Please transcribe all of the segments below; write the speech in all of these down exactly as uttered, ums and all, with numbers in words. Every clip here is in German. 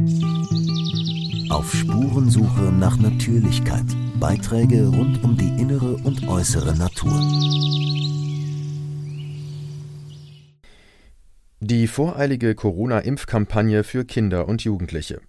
Auf Spurensuche nach Natürlichkeit. Beiträge rund um die innere und äußere Natur. Die voreilige Corona-Impfkampagne für Kinder und Jugendliche.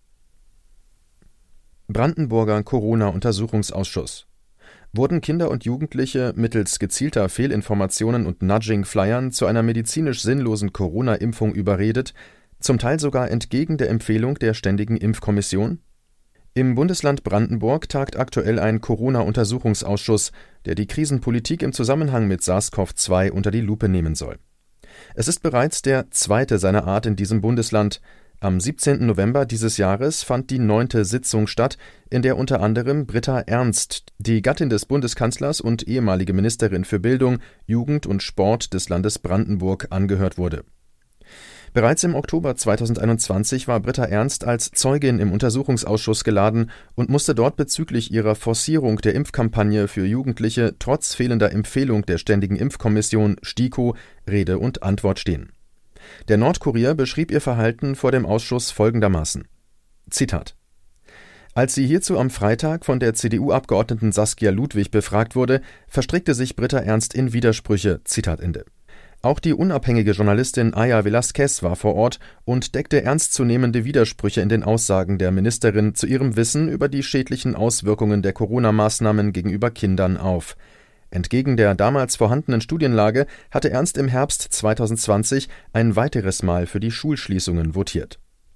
Brandenburger Corona-Untersuchungsausschuss. Wurden Kinder und Jugendliche mittels gezielter Fehlinformationen und Nudging-Flyern zu einer medizinisch sinnlosen Corona-Impfung überredet, zum Teil sogar entgegen der Empfehlung der Ständigen Impfkommission? Im Bundesland Brandenburg tagt aktuell ein Corona-Untersuchungsausschuss, der die Krisenpolitik im Zusammenhang mit SARS-CoV zwei unter die Lupe nehmen soll. Es ist bereits der zweite seiner Art in diesem Bundesland. Am siebzehnten November dieses Jahres fand die neunte Sitzung statt, in der unter anderem Britta Ernst, die Gattin des Bundeskanzlers und ehemalige Ministerin für Bildung, Jugend und Sport des Landes Brandenburg, angehört wurde. Bereits im Oktober zweitausendeinundzwanzig war Britta Ernst als Zeugin im Untersuchungsausschuss geladen und musste dort bezüglich ihrer Forcierung der Impfkampagne für Jugendliche trotz fehlender Empfehlung der Ständigen Impfkommission STIKO Rede und Antwort stehen. Der Nordkurier beschrieb ihr Verhalten vor dem Ausschuss folgendermaßen: Zitat: Als sie hierzu am Freitag von der C D U-Abgeordneten Saskia Ludwig befragt wurde, verstrickte sich Britta Ernst in Widersprüche. Zitat Ende. Auch die unabhängige Journalistin Aya Velasquez war vor Ort und deckte ernstzunehmende Widersprüche in den Aussagen der Ministerin zu ihrem Wissen über die schädlichen Auswirkungen der Corona-Maßnahmen gegenüber Kindern auf. Entgegen der damals vorhandenen Studienlage hatte Ernst im Herbst zweitausendzwanzig ein weiteres Mal für die Schulschließungen votiert.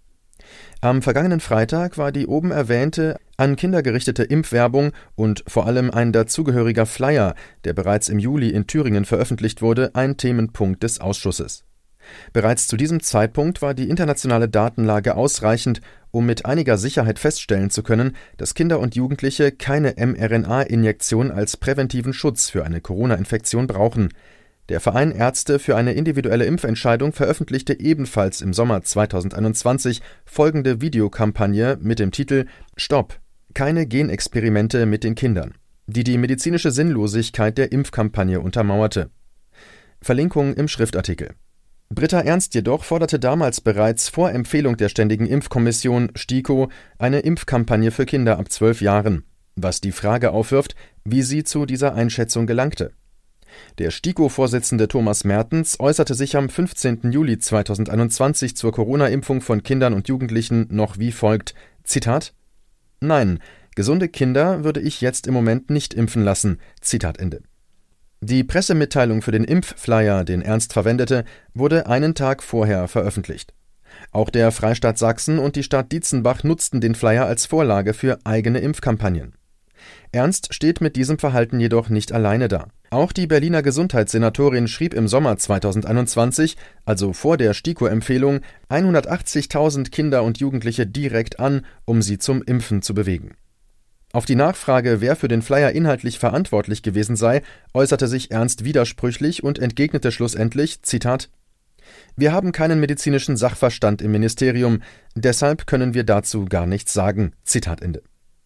Am vergangenen Freitag war die oben erwähnte, an Kinder gerichtete Impfwerbung und vor allem ein dazugehöriger Flyer, der bereits im Juli in Thüringen veröffentlicht wurde, ein Themenpunkt des Ausschusses. Bereits zu diesem Zeitpunkt war die internationale Datenlage ausreichend, um mit einiger Sicherheit feststellen zu können, dass Kinder und Jugendliche keine mRNA-Injektion als präventiven Schutz für eine Corona-Infektion brauchen. Der Verein Ärzte für eine individuelle Impfentscheidung veröffentlichte ebenfalls im Sommer zweitausendeinundzwanzig folgende Videokampagne mit dem Titel »Stopp! Keine Genexperimente mit den Kindern«, die die medizinische Sinnlosigkeit der Impfkampagne untermauerte. Verlinkung im Schriftartikel. Britta Ernst jedoch forderte damals bereits vor Empfehlung der Ständigen Impfkommission STIKO eine Impfkampagne für Kinder ab zwölf Jahren, was die Frage aufwirft, wie sie zu dieser Einschätzung gelangte. Der STIKO-Vorsitzende Thomas Mertens äußerte sich am fünfzehnten Juli zweitausendeinundzwanzig zur Corona-Impfung von Kindern und Jugendlichen noch wie folgt: Zitat: Nein, gesunde Kinder würde ich jetzt im Moment nicht impfen lassen. Zitat Ende. Die Pressemitteilung für den Impfflyer, den Ernst verwendete, wurde einen Tag vorher veröffentlicht. Auch der Freistaat Sachsen und die Stadt Dietzenbach nutzten den Flyer als Vorlage für eigene Impfkampagnen. Ernst steht mit diesem Verhalten jedoch nicht alleine da. Auch die Berliner Gesundheitssenatorin schrieb im Sommer zweitausendeinundzwanzig, also vor der STIKO-Empfehlung, hundertachtzigtausend Kinder und Jugendliche direkt an, um sie zum Impfen zu bewegen. Auf die Nachfrage, wer für den Flyer inhaltlich verantwortlich gewesen sei, äußerte sich Ernst widersprüchlich und entgegnete schlussendlich, Zitat: Wir haben keinen medizinischen Sachverstand im Ministerium, deshalb können wir dazu gar nichts sagen. Zitat Ende.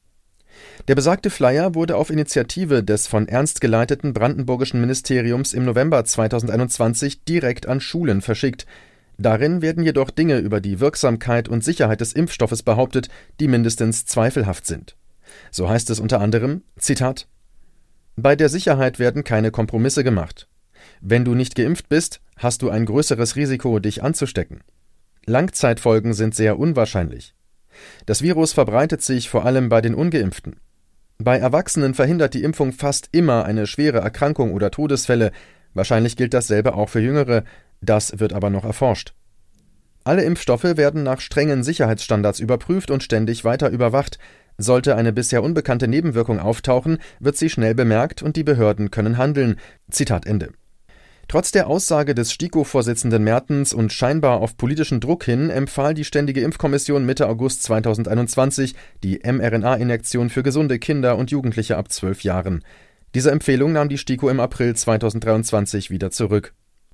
Der besagte Flyer wurde auf Initiative des von Ernst geleiteten brandenburgischen Ministeriums im November zweitausendeinundzwanzig direkt an Schulen verschickt. Darin werden jedoch Dinge über die Wirksamkeit und Sicherheit des Impfstoffes behauptet, die mindestens zweifelhaft sind. So heißt es unter anderem, Zitat: Bei der Sicherheit werden keine Kompromisse gemacht. Wenn du nicht geimpft bist, hast du ein größeres Risiko, dich anzustecken. Langzeitfolgen sind sehr unwahrscheinlich. Das Virus verbreitet sich vor allem bei den Ungeimpften. Bei Erwachsenen verhindert die Impfung fast immer eine schwere Erkrankung oder Todesfälle. Wahrscheinlich gilt dasselbe auch für Jüngere. Das wird aber noch erforscht. Alle Impfstoffe werden nach strengen Sicherheitsstandards überprüft und ständig weiter überwacht. Sollte eine bisher unbekannte Nebenwirkung auftauchen, wird sie schnell bemerkt und die Behörden können handeln. Zitat Ende. Trotz der Aussage des STIKO-Vorsitzenden Mertens und scheinbar auf politischen Druck hin empfahl die Ständige Impfkommission Mitte August zweitausendeinundzwanzig die mRNA-Injektion für gesunde Kinder und Jugendliche ab zwölf Jahren. Diese Empfehlung nahm die STIKO im April zweitausenddreiundzwanzig wieder zurück.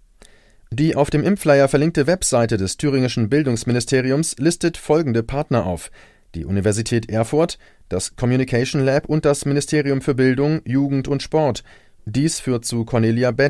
Die auf dem Impfflyer verlinkte Webseite des thüringischen Bildungsministeriums listet folgende Partner auf: die Universität Erfurt, das Communication Lab und das Ministerium für Bildung, Jugend und Sport. Dies führt zu Cornelia Betsch,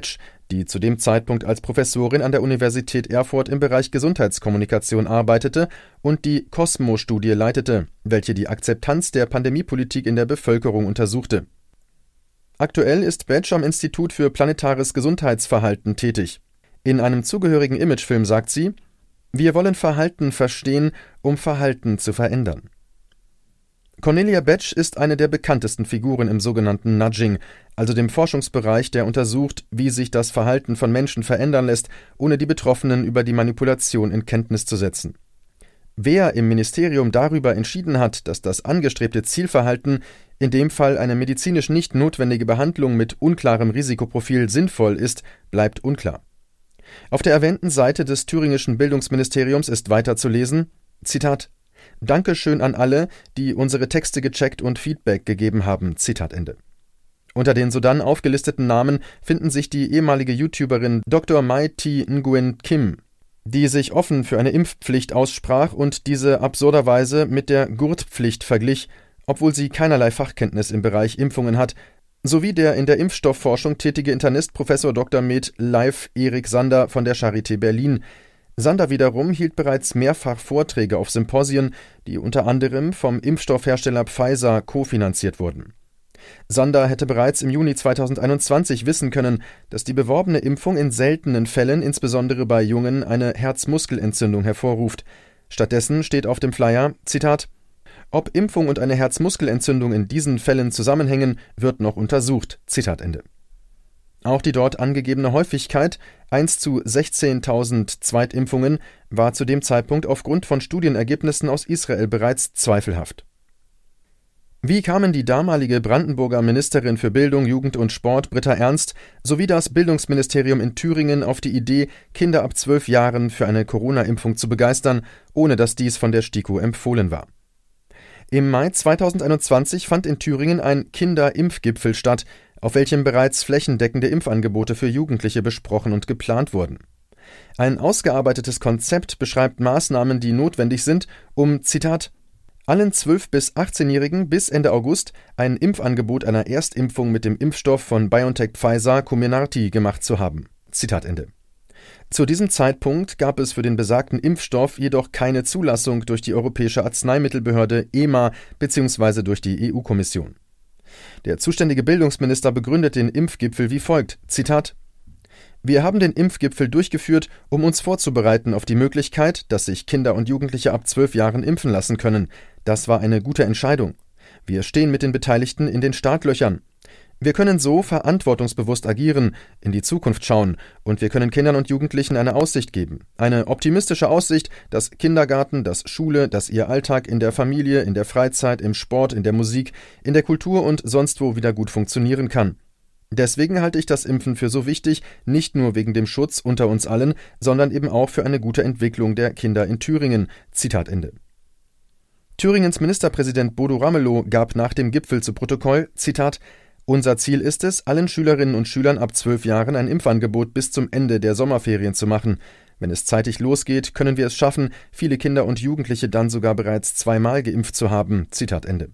die zu dem Zeitpunkt als Professorin an der Universität Erfurt im Bereich Gesundheitskommunikation arbeitete und die COSMO-Studie leitete, welche die Akzeptanz der Pandemiepolitik in der Bevölkerung untersuchte. Aktuell ist Betsch am Institut für planetares Gesundheitsverhalten tätig. In einem zugehörigen Imagefilm sagt sie: Wir wollen Verhalten verstehen, um Verhalten zu verändern. Cornelia Betsch ist eine der bekanntesten Figuren im sogenannten Nudging, also dem Forschungsbereich, der untersucht, wie sich das Verhalten von Menschen verändern lässt, ohne die Betroffenen über die Manipulation in Kenntnis zu setzen. Wer im Ministerium darüber entschieden hat, dass das angestrebte Zielverhalten, in dem Fall eine medizinisch nicht notwendige Behandlung mit unklarem Risikoprofil, sinnvoll ist, bleibt unklar. Auf der erwähnten Seite des thüringischen Bildungsministeriums ist weiter zu lesen, Zitat, »Dankeschön an alle, die unsere Texte gecheckt und Feedback gegeben haben«, Zitat Ende. Unter den sodann aufgelisteten Namen finden sich die ehemalige YouTuberin Doktor Mai Thi Nguyen Kim, die sich offen für eine Impfpflicht aussprach und diese absurderweise mit der Gurtpflicht verglich, obwohl sie keinerlei Fachkenntnis im Bereich Impfungen hat, sowie der in der Impfstoffforschung tätige Internist Professor Doktor med. Leif Erik Sander von der Charité Berlin. Sander wiederum hielt bereits mehrfach Vorträge auf Symposien, die unter anderem vom Impfstoffhersteller Pfizer kofinanziert wurden. Sander hätte bereits im Juni zweitausendeinundzwanzig wissen können, dass die beworbene Impfung in seltenen Fällen, insbesondere bei Jungen, eine Herzmuskelentzündung hervorruft. Stattdessen steht auf dem Flyer, Zitat, »Ob Impfung und eine Herzmuskelentzündung in diesen Fällen zusammenhängen, wird noch untersucht«, Zitat Ende. Auch die dort angegebene Häufigkeit, eins zu sechzehntausend Zweitimpfungen, war zu dem Zeitpunkt aufgrund von Studienergebnissen aus Israel bereits zweifelhaft. Wie kamen die damalige Brandenburger Ministerin für Bildung, Jugend und Sport Britta Ernst sowie das Bildungsministerium in Thüringen auf die Idee, Kinder ab zwölf Jahren für eine Corona-Impfung zu begeistern, ohne dass dies von der STIKO empfohlen war? Im Mai zweitausendeinundzwanzig fand in Thüringen ein Kinderimpfgipfel statt, auf welchem bereits flächendeckende Impfangebote für Jugendliche besprochen und geplant wurden. Ein ausgearbeitetes Konzept beschreibt Maßnahmen, die notwendig sind, um, Zitat, allen zwölf- bis achtzehnjährigen bis Ende August ein Impfangebot einer Erstimpfung mit dem Impfstoff von BioNTech Pfizer Comirnaty gemacht zu haben. Zitat Ende. Zu diesem Zeitpunkt gab es für den besagten Impfstoff jedoch keine Zulassung durch die Europäische Arzneimittelbehörde E M A bzw. durch die E U-Kommission. Der zuständige Bildungsminister begründet den Impfgipfel wie folgt, Zitat, »Wir haben den Impfgipfel durchgeführt, um uns vorzubereiten auf die Möglichkeit, dass sich Kinder und Jugendliche ab zwölf Jahren impfen lassen können. Das war eine gute Entscheidung. Wir stehen mit den Beteiligten in den Startlöchern. Wir können so verantwortungsbewusst agieren, in die Zukunft schauen und wir können Kindern und Jugendlichen eine Aussicht geben. Eine optimistische Aussicht, dass Kindergarten, dass Schule, dass ihr Alltag in der Familie, in der Freizeit, im Sport, in der Musik, in der Kultur und sonst wo wieder gut funktionieren kann. Deswegen halte ich das Impfen für so wichtig, nicht nur wegen dem Schutz unter uns allen, sondern eben auch für eine gute Entwicklung der Kinder in Thüringen.« Zitat Ende. Thüringens Ministerpräsident Bodo Ramelow gab nach dem Gipfel zu Protokoll, Zitat, »Unser Ziel ist es, allen Schülerinnen und Schülern ab zwölf Jahren ein Impfangebot bis zum Ende der Sommerferien zu machen. Wenn es zeitig losgeht, können wir es schaffen, viele Kinder und Jugendliche dann sogar bereits zweimal geimpft zu haben.« Zitat Ende.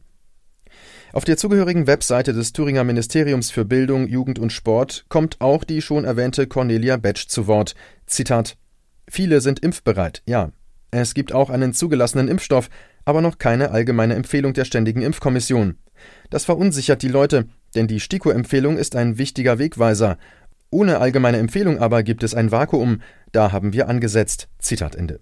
Auf der zugehörigen Webseite des Thüringer Ministeriums für Bildung, Jugend und Sport kommt auch die schon erwähnte Cornelia Betsch zu Wort. Zitat, »Viele sind impfbereit, ja. Es gibt auch einen zugelassenen Impfstoff, aber noch keine allgemeine Empfehlung der Ständigen Impfkommission. Das verunsichert die Leute, denn die STIKO-Empfehlung ist ein wichtiger Wegweiser. Ohne allgemeine Empfehlung aber gibt es ein Vakuum. Da haben wir angesetzt.« Zitat Ende.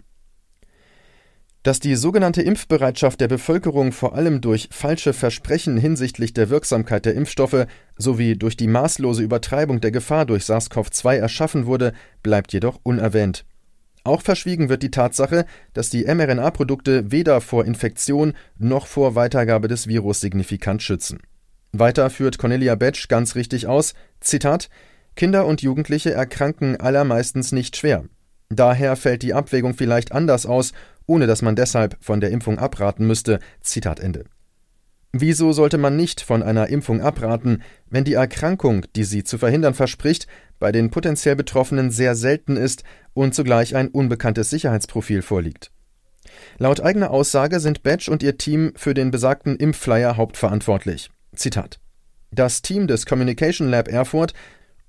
Dass die sogenannte Impfbereitschaft der Bevölkerung vor allem durch falsche Versprechen hinsichtlich der Wirksamkeit der Impfstoffe sowie durch die maßlose Übertreibung der Gefahr durch SARS-C o V zwei erschaffen wurde, bleibt jedoch unerwähnt. Auch verschwiegen wird die Tatsache, dass die mRNA-Produkte weder vor Infektion noch vor Weitergabe des Virus signifikant schützen. Weiter führt Cornelia Betsch ganz richtig aus, Zitat, »Kinder und Jugendliche erkranken allermeistens nicht schwer. Daher fällt die Abwägung vielleicht anders aus, ohne dass man deshalb von der Impfung abraten müsste.« Zitat Ende. Wieso sollte man nicht von einer Impfung abraten, wenn die Erkrankung, die sie zu verhindern verspricht, bei den potenziell Betroffenen sehr selten ist und zugleich ein unbekanntes Sicherheitsprofil vorliegt? Laut eigener Aussage sind Betsch und ihr Team für den besagten Impfflyer hauptverantwortlich. Zitat: Das Team des Communication Lab Erfurt,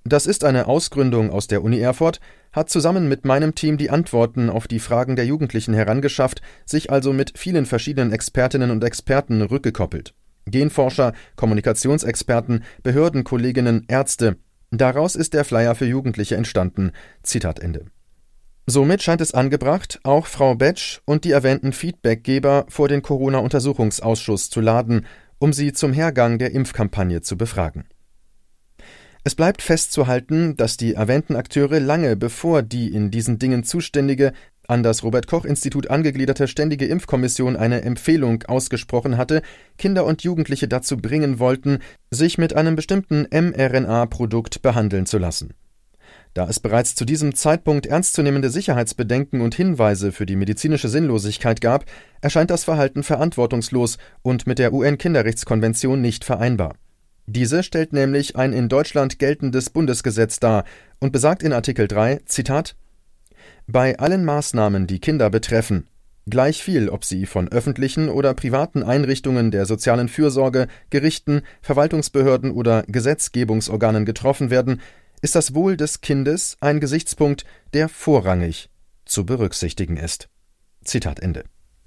Das ist eine Ausgründung aus der Uni Erfurt, hat zusammen mit meinem Team die Antworten auf die Fragen der Jugendlichen herangeschafft, sich also mit vielen verschiedenen Expertinnen und Experten rückgekoppelt. Genforscher, Kommunikationsexperten, Behördenkolleginnen, Ärzte. Daraus ist der Flyer für Jugendliche entstanden. Zitat Ende. Somit scheint es angebracht, auch Frau Betsch und die erwähnten Feedbackgeber vor den Corona-Untersuchungsausschuss zu laden, um sie zum Hergang der Impfkampagne zu befragen. Es bleibt festzuhalten, dass die erwähnten Akteure lange bevor die in diesen Dingen zuständige, an das Robert-Koch-Institut angegliederte Ständige Impfkommission eine Empfehlung ausgesprochen hatte, Kinder und Jugendliche dazu bringen wollten, sich mit einem bestimmten mRNA-Produkt behandeln zu lassen. Da es bereits zu diesem Zeitpunkt ernstzunehmende Sicherheitsbedenken und Hinweise für die medizinische Sinnlosigkeit gab, erscheint das Verhalten verantwortungslos und mit der U N-Kinderrechtskonvention nicht vereinbar. Diese stellt nämlich ein in Deutschland geltendes Bundesgesetz dar und besagt in Artikel drei, Zitat: Bei allen Maßnahmen, die Kinder betreffen, gleich viel, ob sie von öffentlichen oder privaten Einrichtungen der sozialen Fürsorge, Gerichten, Verwaltungsbehörden oder Gesetzgebungsorganen getroffen werden, ist das Wohl des Kindes ein Gesichtspunkt, der vorrangig zu berücksichtigen ist. Zitat Ende.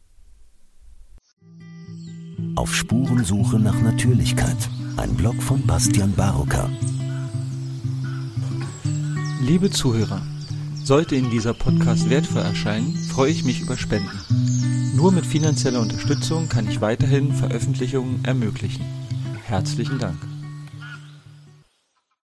Auf Spurensuche nach Natürlichkeit. Ein Blog von Bastian Barocker. Liebe Zuhörer, sollte Ihnen dieser Podcast wertvoll erscheinen, freue ich mich über Spenden. Nur mit finanzieller Unterstützung kann ich weiterhin Veröffentlichungen ermöglichen. Herzlichen Dank.